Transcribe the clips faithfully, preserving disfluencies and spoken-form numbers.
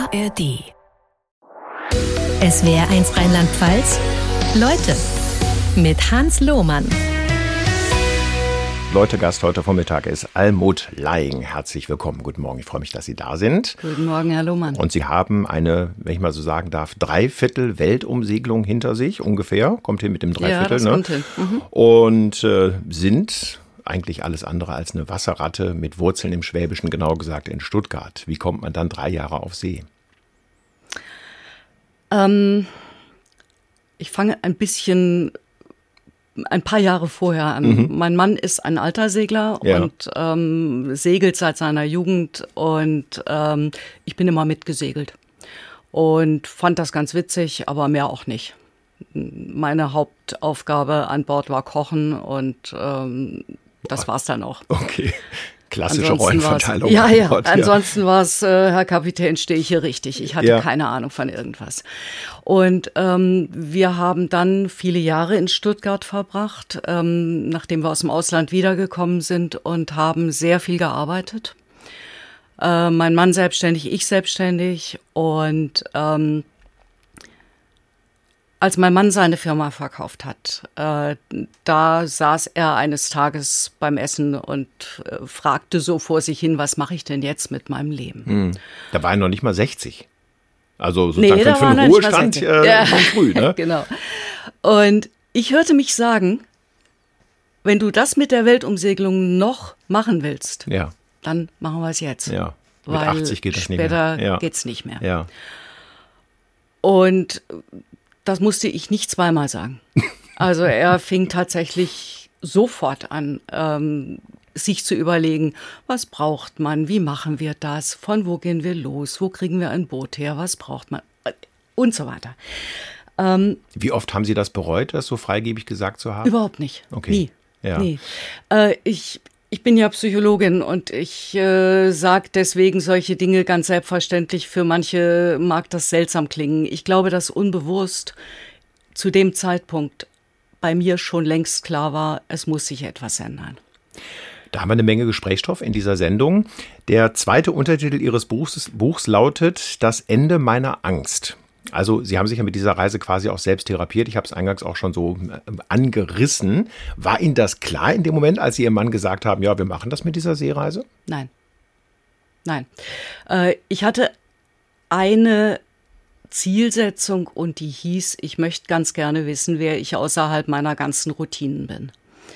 A R D. S W R eins Rheinland-Pfalz. Leute mit Hans Lohmann. Leute, Gast heute Vormittag ist Almut Laing. Herzlich willkommen. Guten Morgen. Ich freue mich, dass Sie da sind. Guten Morgen, Herr Lohmann. Und Sie haben eine, wenn ich mal so sagen darf, Dreiviertel Weltumsegelung hinter sich ungefähr. Kommt hin mit dem Dreiviertel. Ja, das ne? kommt hin. Mhm. Und äh, sind eigentlich alles andere als eine Wasserratte mit Wurzeln im Schwäbischen, genau gesagt in Stuttgart. Wie kommt man dann drei Jahre auf See? Ähm, ich fange ein bisschen, ein paar Jahre vorher an. Mhm. Mein Mann ist ein alter Segler ja. und ähm, segelt seit seiner Jugend und ähm, ich bin immer mitgesegelt und fand das ganz witzig, aber mehr auch nicht. Meine Hauptaufgabe an Bord war Kochen und ähm, das war's dann auch. Okay. Klassische Rollenverteilung. Ja, ja. Gott, ansonsten ja. war es, äh, Herr Kapitän, stehe ich hier richtig. Ich hatte ja. keine Ahnung von irgendwas. Und ähm, wir haben dann viele Jahre in Stuttgart verbracht, ähm, nachdem wir aus dem Ausland wiedergekommen sind und haben sehr viel gearbeitet. Äh, mein Mann selbstständig, ich selbstständig. Und ähm, als mein Mann seine Firma verkauft hat, äh, da saß er eines Tages beim Essen und äh, fragte so vor sich hin, was mache ich denn jetzt mit meinem Leben? Hm. Da war er noch nicht mal sechzig. Also sozusagen nee, für, für einen Ruhestand äh, ja. schon früh, ne? Genau. Und ich hörte mich sagen, wenn du das mit der Weltumsegelung noch machen willst, ja. dann machen wir es jetzt. Ja. Mit weil achtzig geht das nicht mehr. Später ja. geht's nicht mehr. Ja. Und das musste ich nicht zweimal sagen. Also er fing tatsächlich sofort an, ähm, sich zu überlegen, was braucht man, wie machen wir das, von wo gehen wir los, wo kriegen wir ein Boot her, was braucht man und so weiter. Ähm, wie oft haben Sie das bereut, das so freigebig gesagt zu haben? Überhaupt nicht, okay. nie. Ja. nie. Äh, ich Ich bin ja Psychologin und ich äh, sage deswegen solche Dinge ganz selbstverständlich. Für manche mag das seltsam klingen. Ich glaube, dass unbewusst zu dem Zeitpunkt bei mir schon längst klar war, es muss sich etwas ändern. Da haben wir eine Menge Gesprächsstoff in dieser Sendung. Der zweite Untertitel Ihres Buchs, Buchs lautet Das Ende meiner Angst. Also Sie haben sich ja mit dieser Reise quasi auch selbst therapiert. Ich habe es eingangs auch schon so angerissen. War Ihnen das klar in dem Moment, als Sie Ihrem Mann gesagt haben, ja, wir machen das mit dieser Seereise? Nein. Nein. Äh, ich hatte eine Zielsetzung und die hieß, ich möchte ganz gerne wissen, wer ich außerhalb meiner ganzen Routinen bin.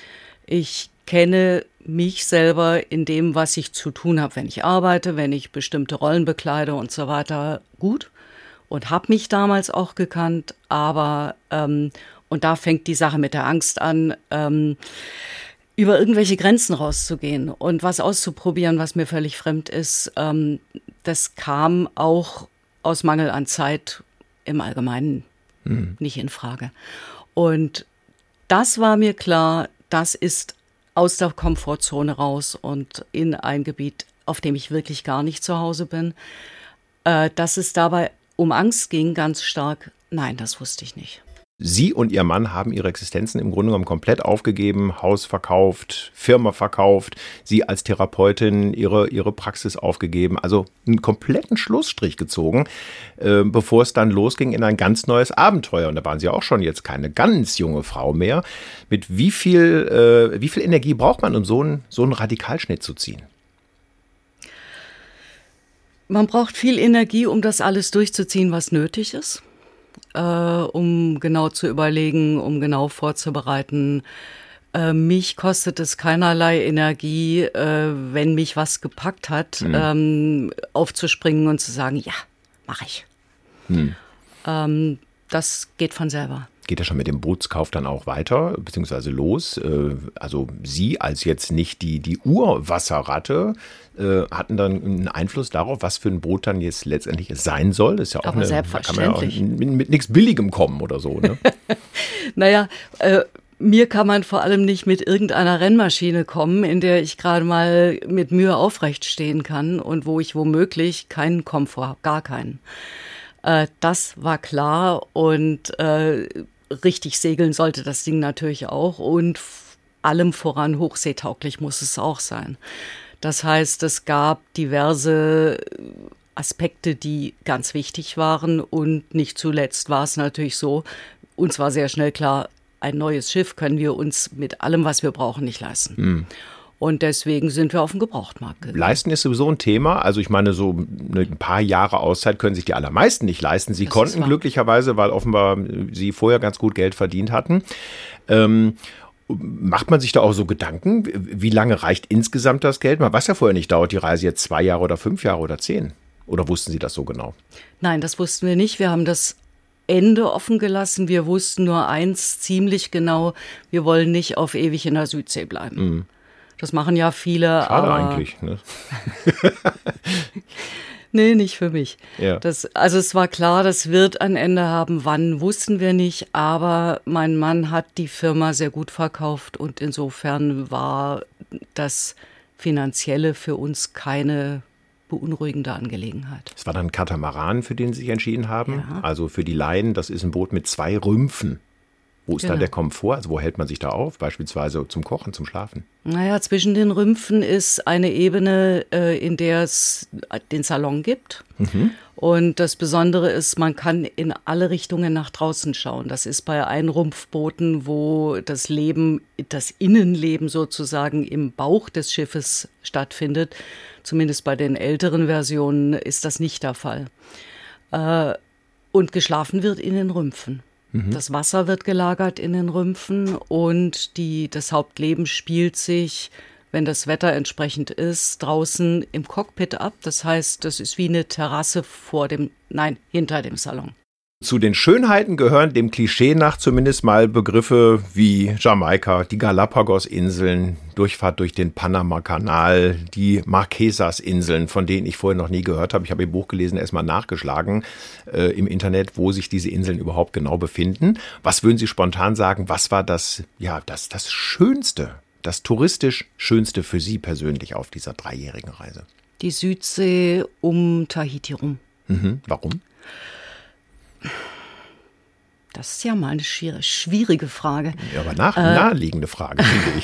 Ich kenne mich selber in dem, was ich zu tun habe, wenn ich arbeite, wenn ich bestimmte Rollen bekleide und so weiter, gut. Und habe mich damals auch gekannt, aber, ähm, und da fängt die Sache mit der Angst an, ähm, über irgendwelche Grenzen rauszugehen und was auszuprobieren, was mir völlig fremd ist. Ähm, das kam auch aus Mangel an Zeit im Allgemeinen hm. nicht in Frage. Und das war mir klar, das ist aus der Komfortzone raus und in ein Gebiet, auf dem ich wirklich gar nicht zu Hause bin. Äh, dass es dabei um Angst ging, ganz stark. Nein, das wusste ich nicht. Sie und Ihr Mann haben Ihre Existenzen im Grunde genommen komplett aufgegeben, Haus verkauft, Firma verkauft, Sie als Therapeutin Ihre, Ihre Praxis aufgegeben, also einen kompletten Schlussstrich gezogen, äh, bevor es dann losging in ein ganz neues Abenteuer. Und da waren Sie auch schon jetzt keine ganz junge Frau mehr. Mit wie viel, äh, wie viel Energie braucht man, um so einen, so einen Radikalschnitt zu ziehen? Man braucht viel Energie, um das alles durchzuziehen, was nötig ist, äh, um genau zu überlegen, um genau vorzubereiten. Äh, mich kostet es keinerlei Energie, äh, wenn mich was gepackt hat, mhm. ähm, aufzuspringen und zu sagen, ja, mache ich. Mhm. Ähm, das geht von selber. Geht ja schon mit dem Bootskauf dann auch weiter, beziehungsweise los. Also Sie als jetzt nicht die, die Urwasserratte hatten dann einen Einfluss darauf, was für ein Boot dann jetzt letztendlich es sein soll. Das ist ja auch Aber eine, selbstverständlich. Da kann man ja auch mit, mit nichts Billigem kommen oder so. Ne? Naja, äh, mir kann man vor allem nicht mit irgendeiner Rennmaschine kommen, in der ich gerade mal mit Mühe aufrecht stehen kann und wo ich womöglich keinen Komfort habe, gar keinen. Äh, das war klar und äh, richtig segeln sollte das Ding natürlich auch und f- allem voran hochseetauglich muss es auch sein. Das heißt, es gab diverse Aspekte, die ganz wichtig waren. Und nicht zuletzt war es natürlich so, uns war sehr schnell klar, ein neues Schiff können wir uns mit allem, was wir brauchen, nicht leisten. Mhm. Und deswegen sind wir auf den Gebrauchtmarkt gegangen. Leisten ist sowieso ein Thema. Also ich meine, so ein paar Jahre Auszeit können sich die allermeisten nicht leisten. Sie das konnten glücklicherweise, weil offenbar sie vorher ganz gut Geld verdient hatten. Ähm, macht man sich da auch so Gedanken? Wie lange reicht insgesamt das Geld? Man weiß ja vorher nicht, dauert die Reise jetzt zwei Jahre oder fünf Jahre oder zehn? Oder wussten Sie das so genau? Nein, das wussten wir nicht. Wir haben das Ende offen gelassen. Wir wussten nur eins ziemlich genau, wir wollen nicht auf ewig in der Südsee bleiben. Mhm. Das machen ja viele. Schade aber eigentlich, ne? Nee, nicht für mich. Ja. Das, also es war klar, das wird ein Ende haben. Wann, wussten wir nicht. Aber mein Mann hat die Firma sehr gut verkauft und insofern war das Finanzielle für uns keine beunruhigende Angelegenheit. Es war dann ein Katamaran, für den Sie sich entschieden haben. Ja. Also für die Laien, das ist ein Boot mit zwei Rümpfen. Wo ist genau. da der Komfort? Also wo hält man sich da auf? Beispielsweise zum Kochen, zum Schlafen? Naja, zwischen den Rümpfen ist eine Ebene, äh, in der es den Salon gibt. Mhm. Und das Besondere ist, man kann in alle Richtungen nach draußen schauen. Das ist bei Einrumpfbooten, wo das Leben, das Innenleben sozusagen im Bauch des Schiffes stattfindet. Zumindest bei den älteren Versionen ist das nicht der Fall. Äh, und geschlafen wird in den Rümpfen. Das Wasser wird gelagert in den Rümpfen und die, das Hauptleben spielt sich, wenn das Wetter entsprechend ist, draußen im Cockpit ab. Das heißt, das ist wie eine Terrasse vor dem, nein, hinter dem Salon. Zu den Schönheiten gehören dem Klischee nach zumindest mal Begriffe wie Jamaika, die Galapagos-Inseln, Durchfahrt durch den Panama-Kanal, die Marquesas-Inseln, von denen ich vorher noch nie gehört habe. Ich habe Ihr Buch gelesen, erstmal nachgeschlagen äh, im Internet, wo sich diese Inseln überhaupt genau befinden. Was würden Sie spontan sagen, was war das, ja, das, das Schönste, das touristisch Schönste für Sie persönlich auf dieser dreijährigen Reise? Die Südsee um Tahiti rum. Mhm. Warum? Das ist ja mal eine schwierige Frage. Ja, aber nach, äh, naheliegende Frage, finde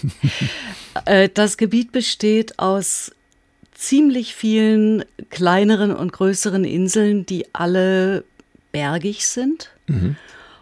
ich. Das Gebiet besteht aus ziemlich vielen kleineren und größeren Inseln, die alle bergig sind. Mhm.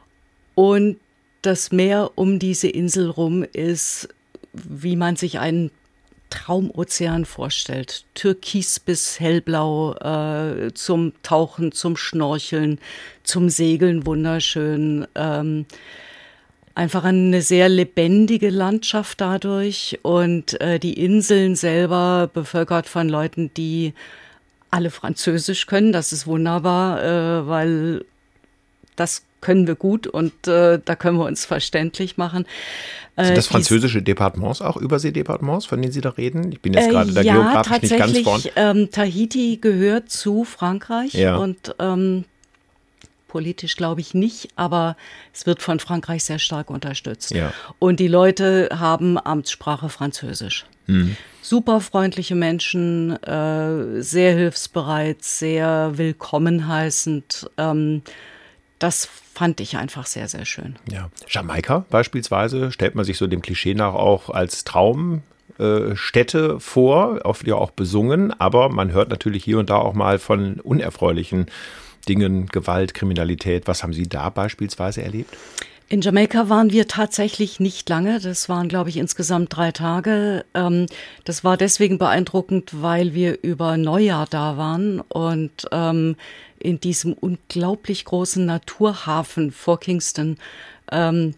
Und das Meer um diese Insel rum ist, wie man sich einen Traumozean vorstellt. Türkis bis hellblau, äh, zum Tauchen, zum Schnorcheln, zum Segeln wunderschön. Ähm, einfach eine sehr lebendige Landschaft dadurch und äh, die Inseln selber bevölkert von Leuten, die alle Französisch können. Das ist wunderbar, äh, weil das können wir gut und äh, da können wir uns verständlich machen. Sind das französische Departements auch, Überseedepartements, von denen Sie da reden? Ich bin jetzt gerade da ja, geografisch nicht ganz vorn. Ähm, Tahiti gehört zu Frankreich ja. und ähm, politisch glaube ich nicht, aber es wird von Frankreich sehr stark unterstützt. Ja. Und die Leute haben Amtssprache Französisch. Hm. Super freundliche Menschen, äh, sehr hilfsbereit, sehr willkommen heißend. Ähm, Das fand ich einfach sehr, sehr schön. Ja. Jamaika beispielsweise stellt man sich so dem Klischee nach auch als Traumstätte äh, vor, oft ja auch besungen, aber man hört natürlich hier und da auch mal von unerfreulichen Dingen, Gewalt, Kriminalität. Was haben Sie da beispielsweise erlebt? In Jamaika waren wir tatsächlich nicht lange. Das waren, glaube ich, insgesamt drei Tage. Das war deswegen beeindruckend, weil wir über Neujahr da waren und in diesem unglaublich großen Naturhafen vor Kingston haben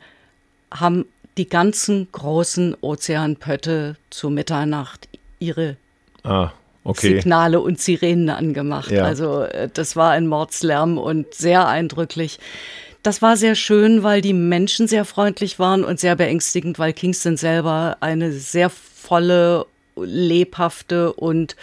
die ganzen großen Ozeanpötte zu Mitternacht ihre ah. Okay. Signale und Sirenen angemacht. Ja. Also das war ein Mordslärm und sehr eindrücklich. Das war sehr schön, weil die Menschen sehr freundlich waren und sehr beängstigend, weil Kingston selber eine sehr volle, lebhafte und,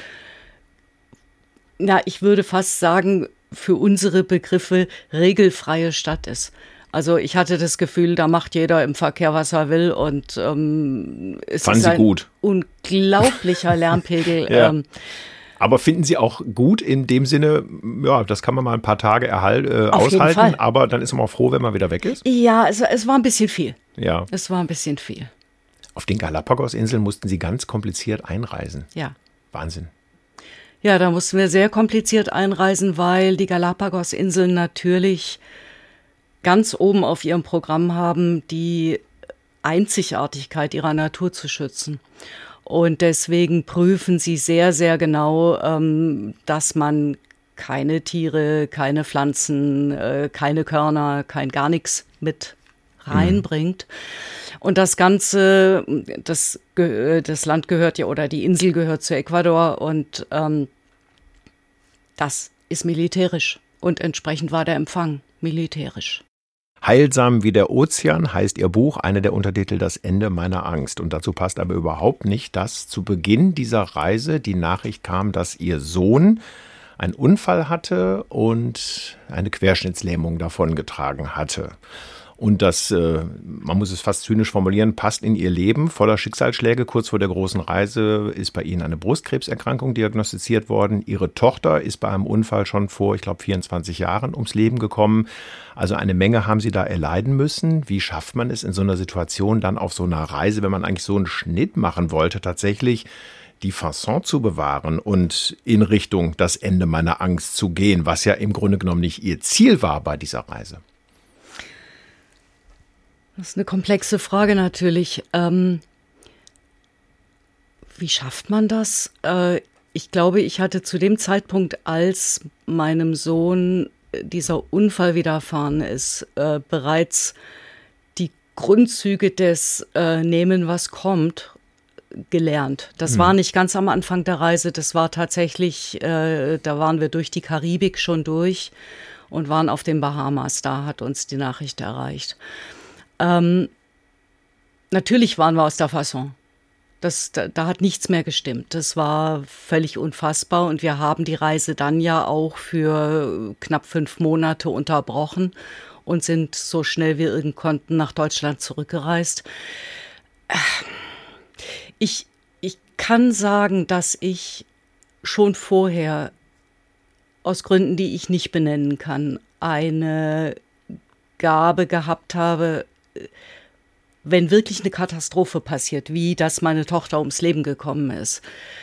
na, ich würde fast sagen, für unsere Begriffe regelfreie Stadt ist. Also ich hatte das Gefühl, da macht jeder im Verkehr, was er will und ähm, es Fanden ist Sie ein gut? unglaublicher Lärmpegel. Ja. ähm, Aber finden Sie auch gut in dem Sinne, ja, das kann man mal ein paar Tage erhalt, äh, Auf jeden aushalten, Fall. aber dann ist man auch froh, wenn man wieder weg ist? Ja, es, es war ein bisschen viel. Ja. Es war ein bisschen viel. Auf den Galapagos-Inseln mussten Sie ganz kompliziert einreisen. Ja. Wahnsinn. Ja, da mussten wir sehr kompliziert einreisen, weil die Galapagos-Inseln natürlich ganz oben auf ihrem Programm haben, die Einzigartigkeit ihrer Natur zu schützen. Und deswegen prüfen sie sehr, sehr genau, ähm, dass man keine Tiere, keine Pflanzen, äh, keine Körner, kein gar nichts mit reinbringt. Mhm. Und das Ganze, das, das Land gehört ja, oder die Insel gehört zu Ecuador und ähm, das ist militärisch. Und entsprechend war der Empfang militärisch. Heilsam wie der Ozean heißt Ihr Buch, einer der Untertitel Das Ende meiner Angst. Und dazu passt aber überhaupt nicht, dass zu Beginn dieser Reise die Nachricht kam, dass Ihr Sohn einen Unfall hatte und eine Querschnittslähmung davongetragen hatte. Und das, äh, man muss es fast zynisch formulieren, passt in Ihr Leben voller Schicksalsschläge. Kurz vor der großen Reise ist bei Ihnen eine Brustkrebserkrankung diagnostiziert worden. Ihre Tochter ist bei einem Unfall schon vor, ich glaube, vierundzwanzig Jahren ums Leben gekommen. Also eine Menge haben Sie da erleiden müssen. Wie schafft man es in so einer Situation dann auf so einer Reise, wenn man eigentlich so einen Schnitt machen wollte, tatsächlich die Fasson zu bewahren und in Richtung das Ende meiner Angst zu gehen, was ja im Grunde genommen nicht Ihr Ziel war bei dieser Reise? Das ist eine komplexe Frage natürlich. Ähm, wie schafft man das? Äh, ich glaube, ich hatte zu dem Zeitpunkt, als meinem Sohn dieser Unfall widerfahren ist, äh, bereits die Grundzüge des äh, Nehmen, was kommt, gelernt. Das hm. war nicht ganz am Anfang der Reise, das war tatsächlich, äh, da waren wir durch die Karibik schon durch und waren auf den Bahamas. Da hat uns die Nachricht erreicht. Ähm, natürlich waren wir aus der Fasson. Das, da, da hat nichts mehr gestimmt. Das war völlig unfassbar und wir haben die Reise dann ja auch für knapp fünf Monate unterbrochen und sind so schnell wir irgend konnten nach Deutschland zurückgereist. Ich, ich kann sagen, dass ich schon vorher, aus Gründen, die ich nicht benennen kann, eine Gabe gehabt habe, wenn wirklich eine Katastrophe passiert, wie dass meine Tochter ums Leben gekommen ist,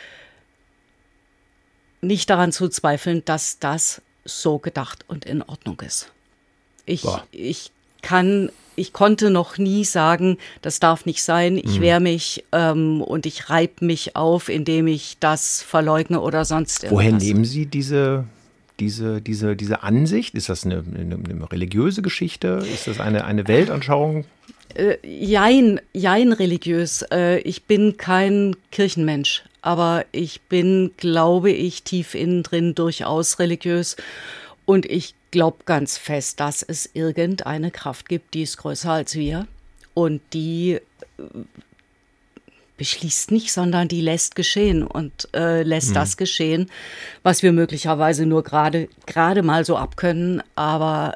nicht daran zu zweifeln, dass das so gedacht und in Ordnung ist. Ich, ich kann, ich konnte noch nie sagen, das darf nicht sein, ich mhm. wehre mich ähm, und ich reibe mich auf, indem ich das verleugne oder sonst irgendwas. Woher nehmen Sie diese Diese, diese, diese Ansicht? Ist das eine, eine, eine religiöse Geschichte? Ist das eine, eine Weltanschauung? Äh, jein, jein religiös. Äh, ich bin kein Kirchenmensch, aber ich bin, glaube ich, tief innen drin durchaus religiös. Und ich glaube ganz fest, dass es irgendeine Kraft gibt, die ist größer als wir und die äh, beschließt nicht, sondern die lässt geschehen und äh, lässt mhm. das geschehen, was wir möglicherweise nur gerade gerade mal so abkönnen, aber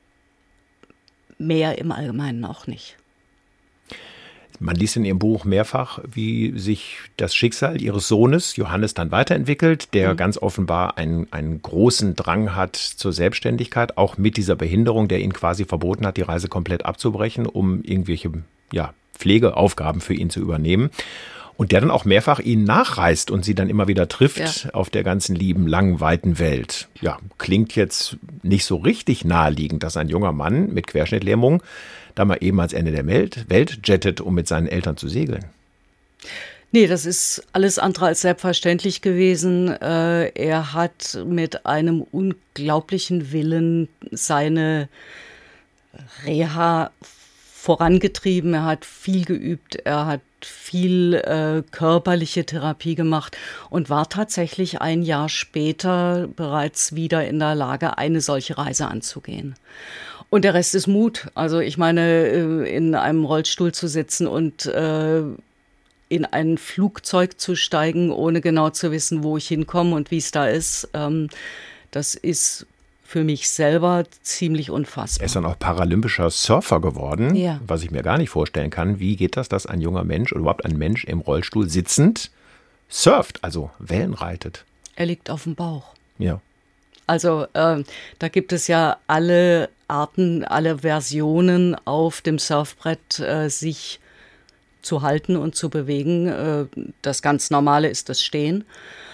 mehr im Allgemeinen auch nicht. Man liest in Ihrem Buch mehrfach, wie sich das Schicksal Ihres Sohnes Johannes dann weiterentwickelt, der mhm. ganz offenbar einen, einen großen Drang hat zur Selbstständigkeit, auch mit dieser Behinderung, der ihn quasi verboten hat, die Reise komplett abzubrechen, um irgendwelche ja, Pflegeaufgaben für ihn zu übernehmen. Und der dann auch mehrfach ihnen nachreist und sie dann immer wieder trifft ja. auf der ganzen lieben, langen, weiten Welt. Ja, klingt jetzt nicht so richtig naheliegend, dass ein junger Mann mit Querschnittlähmung da mal eben ans Ende der Welt, Welt jettet, um mit seinen Eltern zu segeln. Nee, das ist alles andere als selbstverständlich gewesen. Äh, er hat mit einem unglaublichen Willen seine Reha vorangetrieben. Er hat viel geübt, er hat viel äh, körperliche Therapie gemacht und war tatsächlich ein Jahr später bereits wieder in der Lage, eine solche Reise anzugehen. Und der Rest ist Mut. Also ich meine, in einem Rollstuhl zu sitzen und äh, in ein Flugzeug zu steigen, ohne genau zu wissen, wo ich hinkomme und wie es da ist, ähm, das ist für mich selber ziemlich unfassbar. Er ist dann auch paralympischer Surfer geworden, ja. was ich mir gar nicht vorstellen kann. Wie geht das, dass ein junger Mensch oder überhaupt ein Mensch im Rollstuhl sitzend surft, also Wellen reitet? Er liegt auf dem Bauch. Ja. Also äh, da gibt es ja alle Arten, alle Versionen auf dem Surfbrett, äh, sich zu halten und zu bewegen. Äh, das ganz Normale ist das Stehen.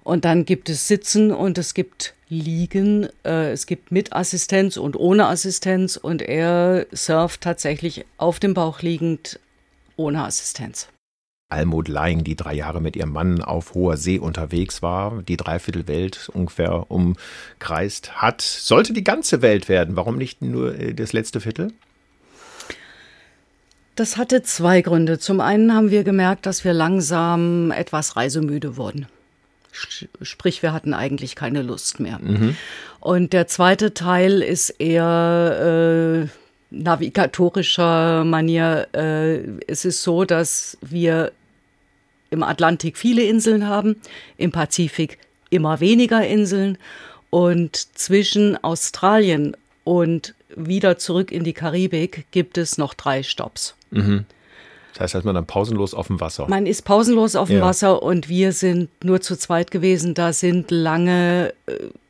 Und dann gibt es Sitzen und es gibt Liegen, äh, es gibt mit Assistenz und ohne Assistenz und er surft tatsächlich auf dem Bauch liegend ohne Assistenz. Almut Laing, die drei Jahre mit ihrem Mann auf hoher See unterwegs war, die Dreiviertelwelt ungefähr umkreist hat. Sollte die ganze Welt werden, warum nicht nur das letzte Viertel? Das hatte zwei Gründe. Zum einen haben wir gemerkt, dass wir langsam etwas reisemüde wurden. Sprich, wir hatten eigentlich keine Lust mehr. Mhm. Und der zweite Teil ist eher äh, navigatorischer Manier. Äh, es ist so, dass wir im Atlantik viele Inseln haben, im Pazifik immer weniger Inseln und zwischen Australien und wieder zurück in die Karibik gibt es noch drei Stopps. Mhm. Das heißt, da ist man dann pausenlos auf dem Wasser. Man ist pausenlos auf dem ja. Wasser und wir sind nur zu zweit gewesen. Da sind lange äh,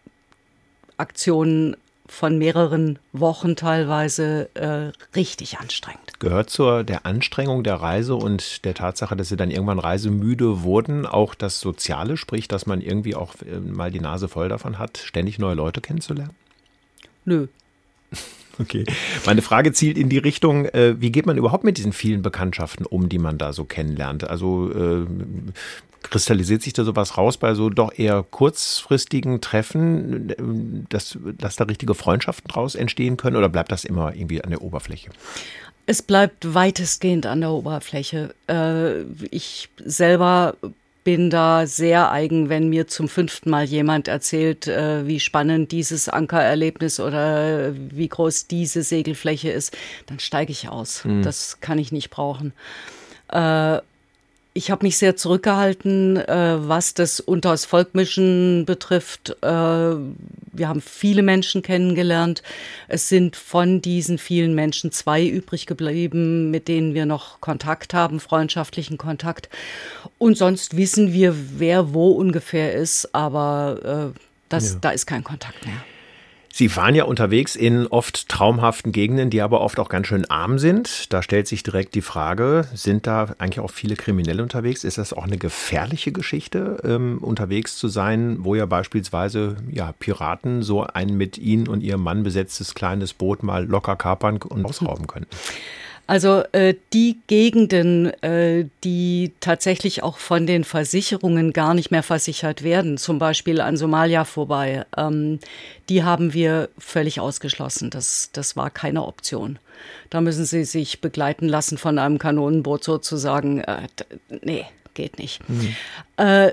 Aktionen von mehreren Wochen teilweise äh, richtig anstrengend. Gehört zur der Anstrengung der Reise und der Tatsache, dass Sie dann irgendwann reisemüde wurden, auch das Soziale, sprich, dass man irgendwie auch äh, mal die Nase voll davon hat, ständig neue Leute kennenzulernen? Nö. Okay. Meine Frage zielt in die Richtung, äh, wie geht man überhaupt mit diesen vielen Bekanntschaften um, die man da so kennenlernt? Also äh, kristallisiert sich da sowas raus bei so doch eher kurzfristigen Treffen, dass, dass da richtige Freundschaften draus entstehen können oder bleibt das immer irgendwie an der Oberfläche? Es bleibt weitestgehend an der Oberfläche. Äh, ich selber bin da sehr eigen, wenn mir zum fünften Mal jemand erzählt, äh, wie spannend dieses Ankererlebnis oder wie groß diese Segelfläche ist, dann steige ich aus. Mhm. Das kann ich nicht brauchen. Äh, ich habe mich sehr zurückgehalten, äh, was das Unters Volkmischen betrifft. Äh, wir haben viele Menschen kennengelernt. Es sind von diesen vielen Menschen zwei übrig geblieben, mit denen wir noch Kontakt haben, freundschaftlichen Kontakt. Und sonst wissen wir, wer wo ungefähr ist, aber äh, das, ja. da ist kein Kontakt mehr. Sie waren ja unterwegs in oft traumhaften Gegenden, die aber oft auch ganz schön arm sind. Da stellt sich direkt die Frage, sind da eigentlich auch viele Kriminelle unterwegs? Ist das auch eine gefährliche Geschichte, ähm, unterwegs zu sein, wo ja beispielsweise ja, Piraten so ein mit Ihnen und Ihrem Mann besetztes kleines Boot mal locker kapern und ausrauben können? Also äh, die Gegenden, äh, die tatsächlich auch von den Versicherungen gar nicht mehr versichert werden, zum Beispiel an Somalia vorbei, ähm, die haben wir völlig ausgeschlossen. Das, das war keine Option. Da müssen Sie sich begleiten lassen von einem Kanonenboot sozusagen. Äh, nee, geht nicht. Mhm. Äh,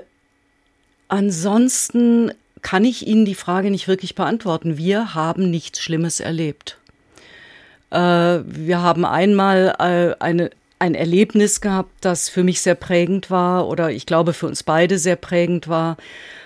ansonsten kann ich Ihnen die Frage nicht wirklich beantworten. Wir haben nichts Schlimmes erlebt. Wir haben einmal eine, ein Erlebnis gehabt, das für mich sehr prägend war oder ich glaube für uns beide sehr prägend war,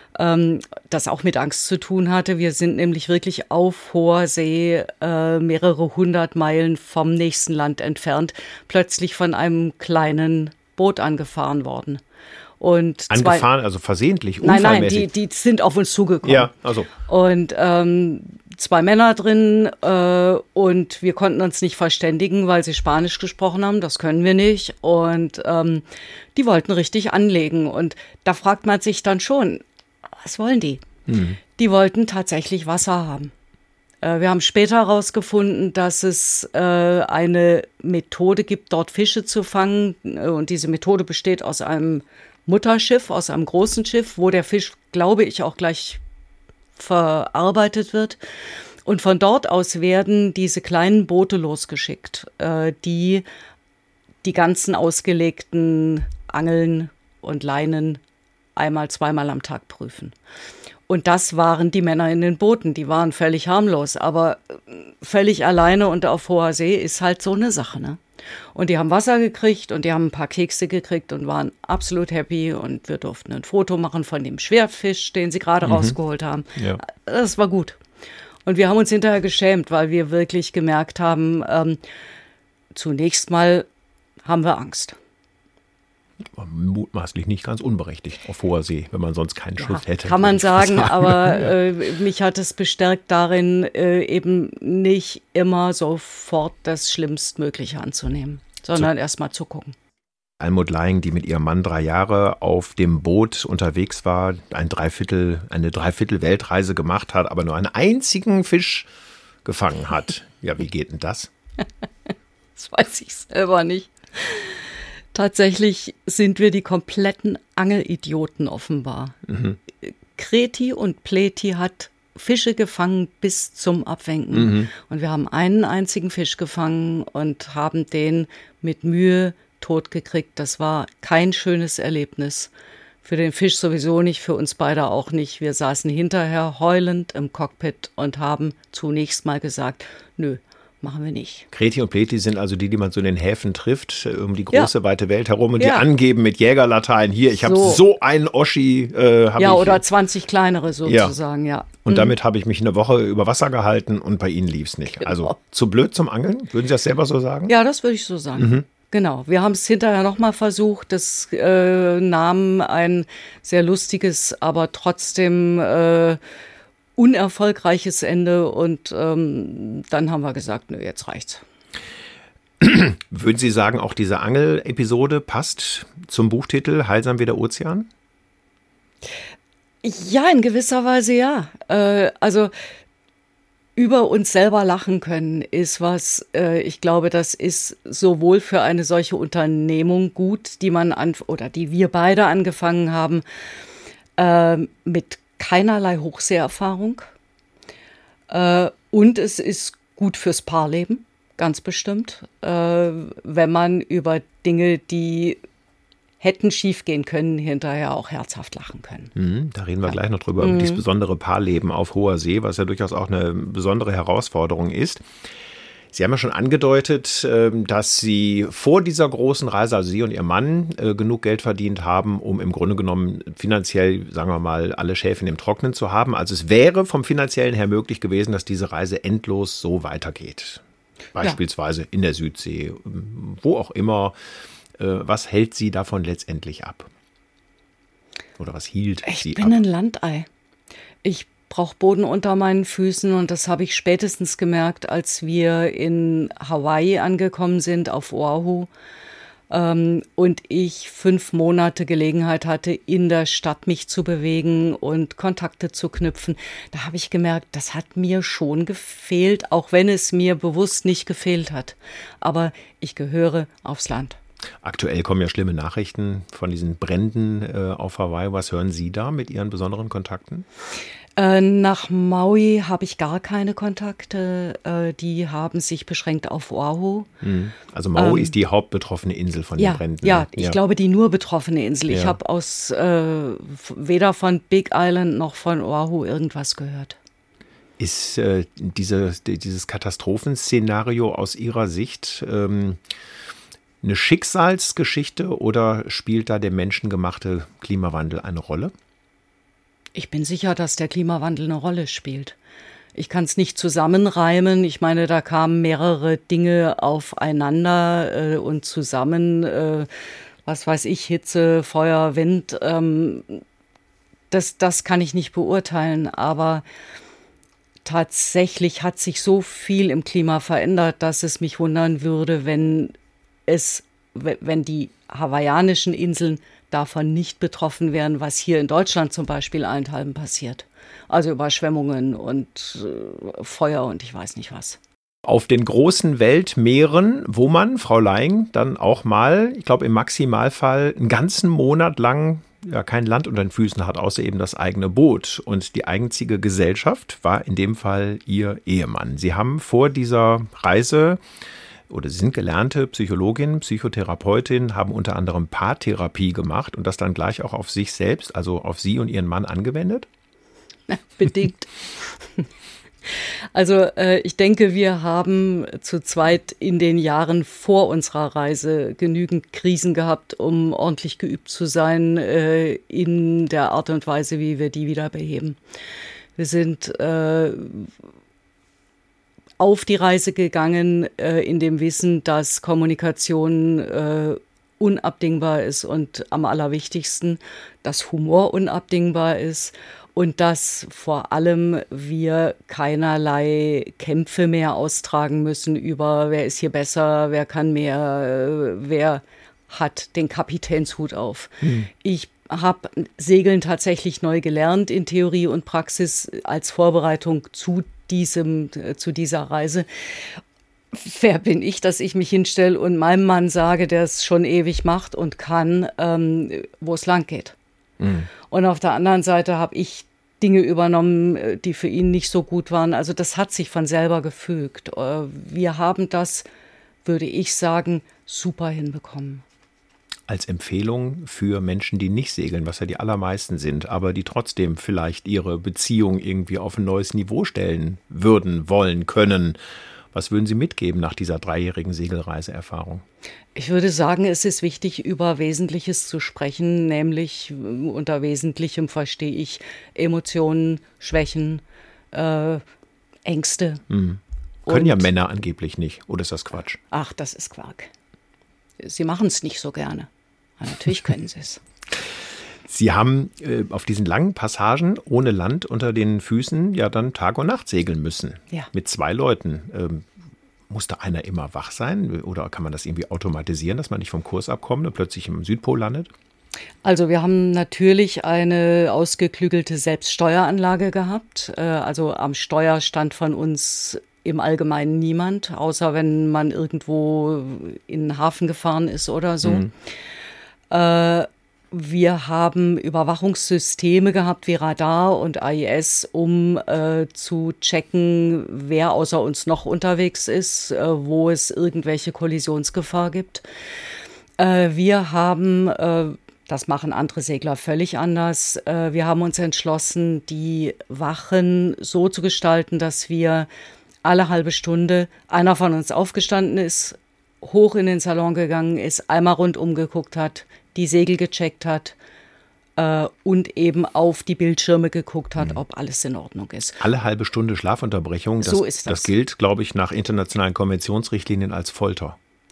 das auch mit Angst zu tun hatte. Wir sind nämlich wirklich auf hoher See, mehrere hundert Meilen vom nächsten Land entfernt, plötzlich von einem kleinen Boot angefahren worden. Und angefahren, zwei, also versehentlich, unfallmäßig? Nein, nein, die, die sind auf uns zugekommen. Ja, also. Und ähm, zwei Männer drin äh, und wir konnten uns nicht verständigen, weil sie Spanisch gesprochen haben. Das können wir nicht. Und ähm, die wollten richtig anlegen. Und da fragt man sich dann schon, was wollen die? Mhm. Die wollten tatsächlich Wasser haben. Äh, wir haben später herausgefunden, dass es äh, eine Methode gibt, dort Fische zu fangen. Und diese Methode besteht aus einem Mutterschiff, aus einem großen Schiff, wo der Fisch, glaube ich, auch gleich verarbeitet wird. Und von dort aus werden diese kleinen Boote losgeschickt, äh, die die ganzen ausgelegten Angeln und Leinen einmal, zweimal am Tag prüfen. Und das waren die Männer in den Booten. Die waren völlig harmlos, aber völlig alleine und auf hoher See ist halt so eine Sache, ne? Und die haben Wasser gekriegt und die haben ein paar Kekse gekriegt und waren absolut happy. Und wir durften ein Foto machen von dem Schwertfisch, den sie gerade mhm. rausgeholt haben. Ja. Das war gut. Und wir haben uns hinterher geschämt, weil wir wirklich gemerkt haben, ähm, zunächst mal haben wir Angst. Mutmaßlich nicht ganz unberechtigt auf hoher See, wenn man sonst keinen Schutz ja, hätte. Kann man sagen, sagen, aber äh, mich hat es bestärkt darin, äh, eben nicht immer sofort das Schlimmstmögliche anzunehmen, sondern so. erst mal zu gucken. Almut Laing, die mit ihrem Mann drei Jahre auf dem Boot unterwegs war, ein Dreiviertel, eine Dreiviertel-Weltreise gemacht hat, aber nur einen einzigen Fisch gefangen hat. Ja, wie geht denn das? Das weiß ich selber nicht. Tatsächlich sind wir die kompletten Angelidioten offenbar. Mhm. Kreti und Pleti hat Fische gefangen bis zum Abwinken. Mhm. Und wir haben einen einzigen Fisch gefangen und haben den mit Mühe tot gekriegt. Das war kein schönes Erlebnis. Für den Fisch sowieso nicht, für uns beide auch nicht. Wir saßen hinterher heulend im Cockpit und haben zunächst mal gesagt, nö, machen wir nicht. Kreti und Pleti sind also die, die man so in den Häfen trifft, um die große, ja. weite Welt herum und ja. die angeben mit Jägerlatein. Hier, ich habe so. so einen Oschi. Äh, hab ja, ich, oder zwanzig kleinere sozusagen, ja. ja. Und mhm. damit habe ich mich eine Woche über Wasser gehalten und bei Ihnen lief es nicht. Genau. Also zu blöd zum Angeln? Würden Sie das selber so sagen? Ja, das würde ich so sagen. Mhm. Genau, wir haben es hinterher nochmal versucht. Das äh, nahm ein sehr lustiges, aber trotzdem äh, unerfolgreiches Ende. Und ähm, dann haben wir gesagt, nö, jetzt reicht's. Würden Sie sagen, auch diese Angelepisode passt zum Buchtitel Heilsam wie der Ozean? Ja, in gewisser Weise ja. Äh, also über uns selber lachen können ist was, äh, ich glaube, das ist sowohl für eine solche Unternehmung gut, die man an, oder die wir beide angefangen haben, äh, mit keinerlei Hochseeerfahrung. Äh, und es ist gut fürs Paarleben, ganz bestimmt, äh, wenn man über Dinge, die hätten schiefgehen können, hinterher auch herzhaft lachen können. Mhm, da reden wir ja. gleich noch drüber, mhm. über dieses besondere Paarleben auf hoher See, was ja durchaus auch eine besondere Herausforderung ist. Sie haben ja schon angedeutet, dass Sie vor dieser großen Reise, also Sie und Ihr Mann, genug Geld verdient haben, um im Grunde genommen finanziell, sagen wir mal, alle Schäfchen im Trocknen zu haben. Also es wäre vom Finanziellen her möglich gewesen, dass diese Reise endlos so weitergeht. Beispielsweise ja. in der Südsee, wo auch immer. Was hält Sie davon letztendlich ab? Oder was hielt ich Sie ab? Ich bin ein Landei. Ich brauche Boden unter meinen Füßen und das habe ich spätestens gemerkt, als wir in Hawaii angekommen sind, auf Oahu. Ähm, und ich fünf Monate Gelegenheit hatte, in der Stadt mich zu bewegen und Kontakte zu knüpfen. Da habe ich gemerkt, das hat mir schon gefehlt, auch wenn es mir bewusst nicht gefehlt hat. Aber ich gehöre aufs Land. Aktuell kommen ja schlimme Nachrichten von diesen Bränden äh, auf Hawaii. Was hören Sie da mit Ihren besonderen Kontakten? Äh, nach Maui habe ich gar keine Kontakte. Äh, die haben sich beschränkt auf Oahu. Mhm. Also Maui ähm, ist die hauptbetroffene Insel von ja, den Bränden. Ja, ich ja. glaube, die nur betroffene Insel. Ja. Ich habe aus äh, weder von Big Island noch von Oahu irgendwas gehört. Ist äh, diese, dieses Katastrophenszenario aus Ihrer Sicht ähm, eine Schicksalsgeschichte oder spielt da der menschengemachte Klimawandel eine Rolle? Ich bin sicher, dass der Klimawandel eine Rolle spielt. Ich kann es nicht zusammenreimen. Ich meine, da kamen mehrere Dinge aufeinander äh, und zusammen, äh, was weiß ich, Hitze, Feuer, Wind. Ähm, das, das kann ich nicht beurteilen, aber tatsächlich hat sich so viel im Klima verändert, dass es mich wundern würde, wenn es, wenn die hawaiianischen Inseln davon nicht betroffen wären, was hier in Deutschland zum Beispiel allenthalben passiert. Also Überschwemmungen und äh, Feuer und ich weiß nicht was. Auf den großen Weltmeeren, wo man, Frau Laing, dann auch mal, ich glaube im Maximalfall, einen ganzen Monat lang ja kein Land unter den Füßen hat, außer eben das eigene Boot. Und die einzige Gesellschaft war in dem Fall Ihr Ehemann. Sie haben vor dieser Reise oder Sie sind gelernte Psychologin, Psychotherapeutin, haben unter anderem Paartherapie gemacht und das dann gleich auch auf sich selbst, also auf Sie und Ihren Mann angewendet? Bedingt. Also äh, ich denke, wir haben zu zweit in den Jahren vor unserer Reise genügend Krisen gehabt, um ordentlich geübt zu sein äh, in der Art und Weise, wie wir die wieder beheben. Wir sind äh, auf die Reise gegangen, äh, in dem Wissen, dass Kommunikation äh, unabdingbar ist und am allerwichtigsten, dass Humor unabdingbar ist und dass vor allem wir keinerlei Kämpfe mehr austragen müssen über, wer ist hier besser, wer kann mehr, äh, wer hat den Kapitänshut auf. Hm. Ich habe Segeln tatsächlich neu gelernt in Theorie und Praxis als Vorbereitung zu diesem, zu dieser Reise. Wer bin ich, dass ich mich hinstelle und meinem Mann sage, der es schon ewig macht und kann, ähm, wo es lang geht. Mhm. Und auf der anderen Seite habe ich Dinge übernommen, die für ihn nicht so gut waren. Also das hat sich von selber gefügt. Wir haben das, würde ich sagen, super hinbekommen. Als Empfehlung für Menschen, die nicht segeln, was ja die allermeisten sind, aber die trotzdem vielleicht ihre Beziehung irgendwie auf ein neues Niveau stellen würden, wollen, können. Was würden Sie mitgeben nach dieser dreijährigen Segelreiseerfahrung? Ich würde sagen, es ist wichtig, über Wesentliches zu sprechen, nämlich unter Wesentlichem verstehe ich Emotionen, Schwächen, äh, Ängste. Mhm. Können ja Männer angeblich nicht, oder ist das Quatsch? Ach, das ist Quark. Sie machen es nicht so gerne. Aber natürlich können sie es. Sie haben äh, auf diesen langen Passagen ohne Land unter den Füßen ja dann Tag und Nacht segeln müssen. Ja. Mit zwei Leuten. Ähm, muss da einer immer wach sein? Oder kann man das irgendwie automatisieren, dass man nicht vom Kurs abkommt und plötzlich im Südpol landet? Also wir haben natürlich eine ausgeklügelte Selbststeueranlage gehabt. Äh, also am Steuer stand von uns im Allgemeinen niemand, außer wenn man irgendwo in den Hafen gefahren ist oder so. Mhm. Äh, wir haben Überwachungssysteme gehabt wie Radar und A I S, um äh, zu checken, wer außer uns noch unterwegs ist, äh, wo es irgendwelche Kollisionsgefahr gibt. Äh, wir haben, äh, das machen andere Segler völlig anders, äh, wir haben uns entschlossen, die Wachen so zu gestalten, dass wir alle halbe Stunde einer von uns aufgestanden ist, hoch in den Salon gegangen ist, einmal rundum geguckt hat, die Segel gecheckt hat äh, und eben auf die Bildschirme geguckt hat, mhm. ob alles in Ordnung ist. Alle halbe Stunde Schlafunterbrechung, das, so ist das. Das gilt, glaube ich, nach internationalen Konventionsrichtlinien als Folter.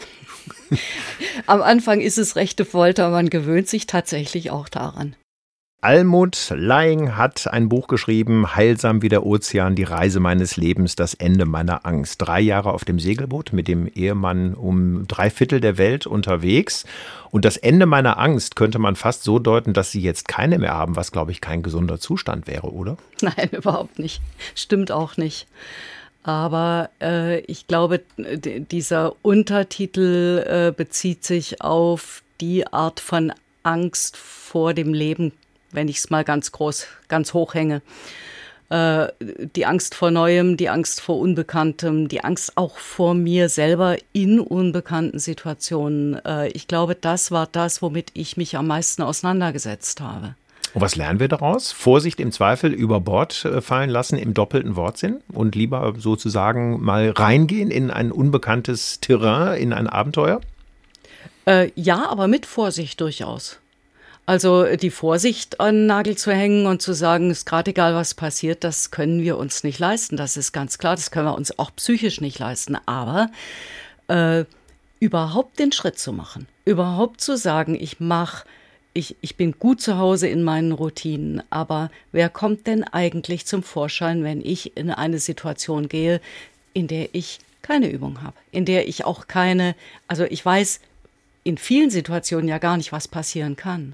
Am Anfang ist es rechte Folter, man gewöhnt sich tatsächlich auch daran. Almut Laing hat ein Buch geschrieben, Heilsam wie der Ozean, die Reise meines Lebens, das Ende meiner Angst. Drei Jahre auf dem Segelboot mit dem Ehemann um drei Viertel der Welt unterwegs. Und das Ende meiner Angst könnte man fast so deuten, dass Sie jetzt keine mehr haben, was, glaube ich, kein gesunder Zustand wäre, oder? Nein, überhaupt nicht. Stimmt auch nicht. Aber äh, ich glaube, d- dieser Untertitel äh, bezieht sich auf die Art von Angst vor dem Leben, wenn ich es mal ganz groß, ganz hoch hänge. Äh, die Angst vor Neuem, die Angst vor Unbekanntem, die Angst auch vor mir selber in unbekannten Situationen. Äh, ich glaube, das war das, womit ich mich am meisten auseinandergesetzt habe. Und was lernen wir daraus? Vorsicht im Zweifel über Bord fallen lassen im doppelten Wortsinn und lieber sozusagen mal reingehen in ein unbekanntes Terrain, in ein Abenteuer? Äh, ja, aber mit Vorsicht durchaus. Also die Vorsicht an den Nagel zu hängen und zu sagen, ist gerade egal, was passiert, das können wir uns nicht leisten. Das ist ganz klar, das können wir uns auch psychisch nicht leisten. Aber äh, überhaupt den Schritt zu machen, überhaupt zu sagen, ich mache, ich, ich bin gut zu Hause in meinen Routinen, aber wer kommt denn eigentlich zum Vorschein, wenn ich in eine Situation gehe, in der ich keine Übung habe, in der ich auch keine, also ich weiß in vielen Situationen ja gar nicht, was passieren kann.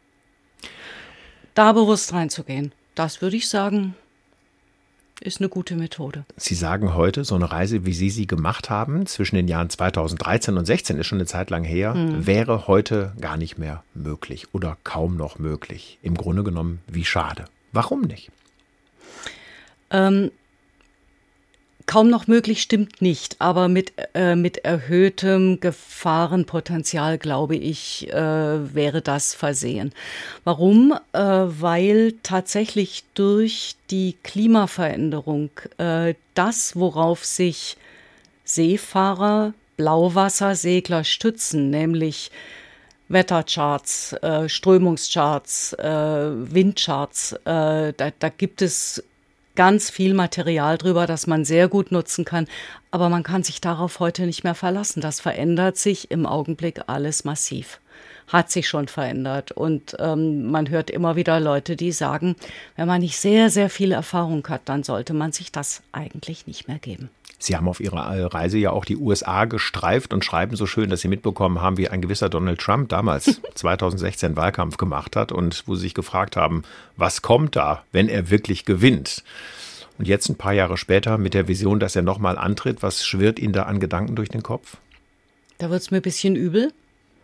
Da bewusst reinzugehen, das würde ich sagen, ist eine gute Methode. Sie sagen heute, so eine Reise, wie Sie sie gemacht haben, zwischen den Jahren zweitausenddreizehn und sechzehn, ist schon eine Zeit lang her, hm. wäre heute gar nicht mehr möglich oder kaum noch möglich. Im Grunde genommen, wie schade. Warum nicht? Ähm, kaum noch möglich stimmt nicht, aber mit, äh, mit erhöhtem Gefahrenpotenzial, glaube ich, äh, wäre das versehen. Warum? Äh, weil tatsächlich durch die Klimaveränderung äh, das, worauf sich Seefahrer, Blauwassersegler stützen, nämlich Wettercharts, äh, Strömungscharts, äh, Windcharts, äh, da, da gibt es ganz viel Material drüber, das man sehr gut nutzen kann. Aber man kann sich darauf heute nicht mehr verlassen. Das verändert sich im Augenblick alles massiv. Hat sich schon verändert. Und ähm, man hört immer wieder Leute, die sagen, wenn man nicht sehr, sehr viel Erfahrung hat, dann sollte man sich das eigentlich nicht mehr geben. Sie haben auf Ihrer Reise ja auch die U S A gestreift und schreiben so schön, dass Sie mitbekommen haben, wie ein gewisser Donald Trump damals zweitausendsechzehn Wahlkampf gemacht hat und wo Sie sich gefragt haben, was kommt da, wenn er wirklich gewinnt? Und jetzt ein paar Jahre später mit der Vision, dass er nochmal antritt, was schwirrt Ihnen da an Gedanken durch den Kopf? Da wird es mir ein bisschen übel.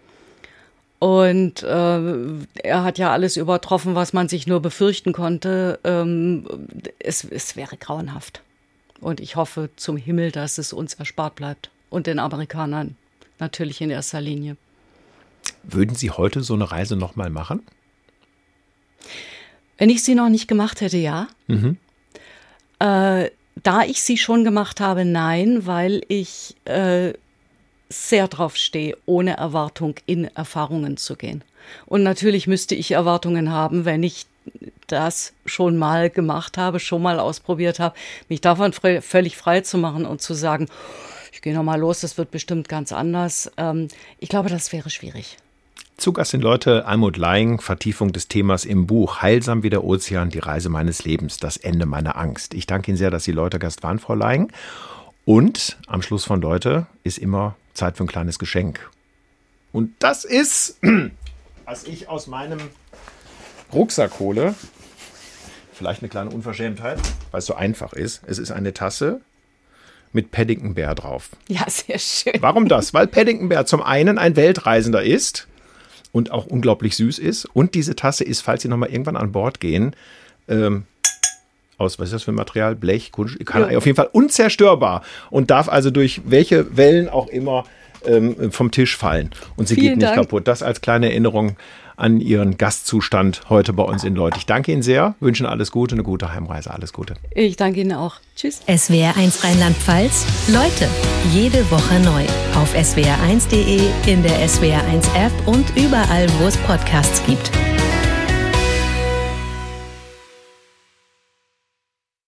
Und äh, er hat ja alles übertroffen, was man sich nur befürchten konnte. Ähm, es, es wäre grauenhaft. Und ich hoffe zum Himmel, dass es uns erspart bleibt. Und den Amerikanern natürlich in erster Linie. Würden Sie heute so eine Reise nochmal machen? Wenn ich sie noch nicht gemacht hätte, ja. Mhm. Äh, da ich sie schon gemacht habe, nein, weil ich äh, sehr drauf stehe, ohne Erwartung in Erfahrungen zu gehen. Und natürlich müsste ich Erwartungen haben, wenn ich das schon mal gemacht habe, schon mal ausprobiert habe, mich davon frei, völlig frei zu machen und zu sagen, ich gehe nochmal los, das wird bestimmt ganz anders. Ähm, ich glaube, das wäre schwierig. Zu Gast sind Leute Almuth Laing, Vertiefung des Themas im Buch Heilsam wie der Ozean, die Reise meines Lebens, das Ende meiner Angst. Ich danke Ihnen sehr, dass Sie Leute Gast waren, Frau Laing. Und am Schluss von Leute ist immer Zeit für ein kleines Geschenk. Und das ist, was ich aus meinem Rucksack hole, vielleicht eine kleine Unverschämtheit, weil es so einfach ist. Es ist eine Tasse mit Paddington Bear drauf. Ja, sehr schön. Warum das? Weil Paddington Bear zum einen ein Weltreisender ist und auch unglaublich süß ist. Und diese Tasse ist, falls Sie nochmal irgendwann an Bord gehen, ähm, aus, was ist das für ein Material? Blech, Kunststoff, kann ja. auf jeden Fall unzerstörbar und darf also durch welche Wellen auch immer ähm, vom Tisch fallen. Und sie Vielen geht nicht Dank. kaputt. Das als kleine Erinnerung an Ihren Gastzustand heute bei uns in Leute. Ich danke Ihnen sehr, wünsche Ihnen alles Gute, eine gute Heimreise, alles Gute. Ich danke Ihnen auch. Tschüss. S W R eins Rheinland-Pfalz. Leute, jede Woche neu. Auf S W R eins punkt de, in der S W R eins App und überall, wo es Podcasts gibt.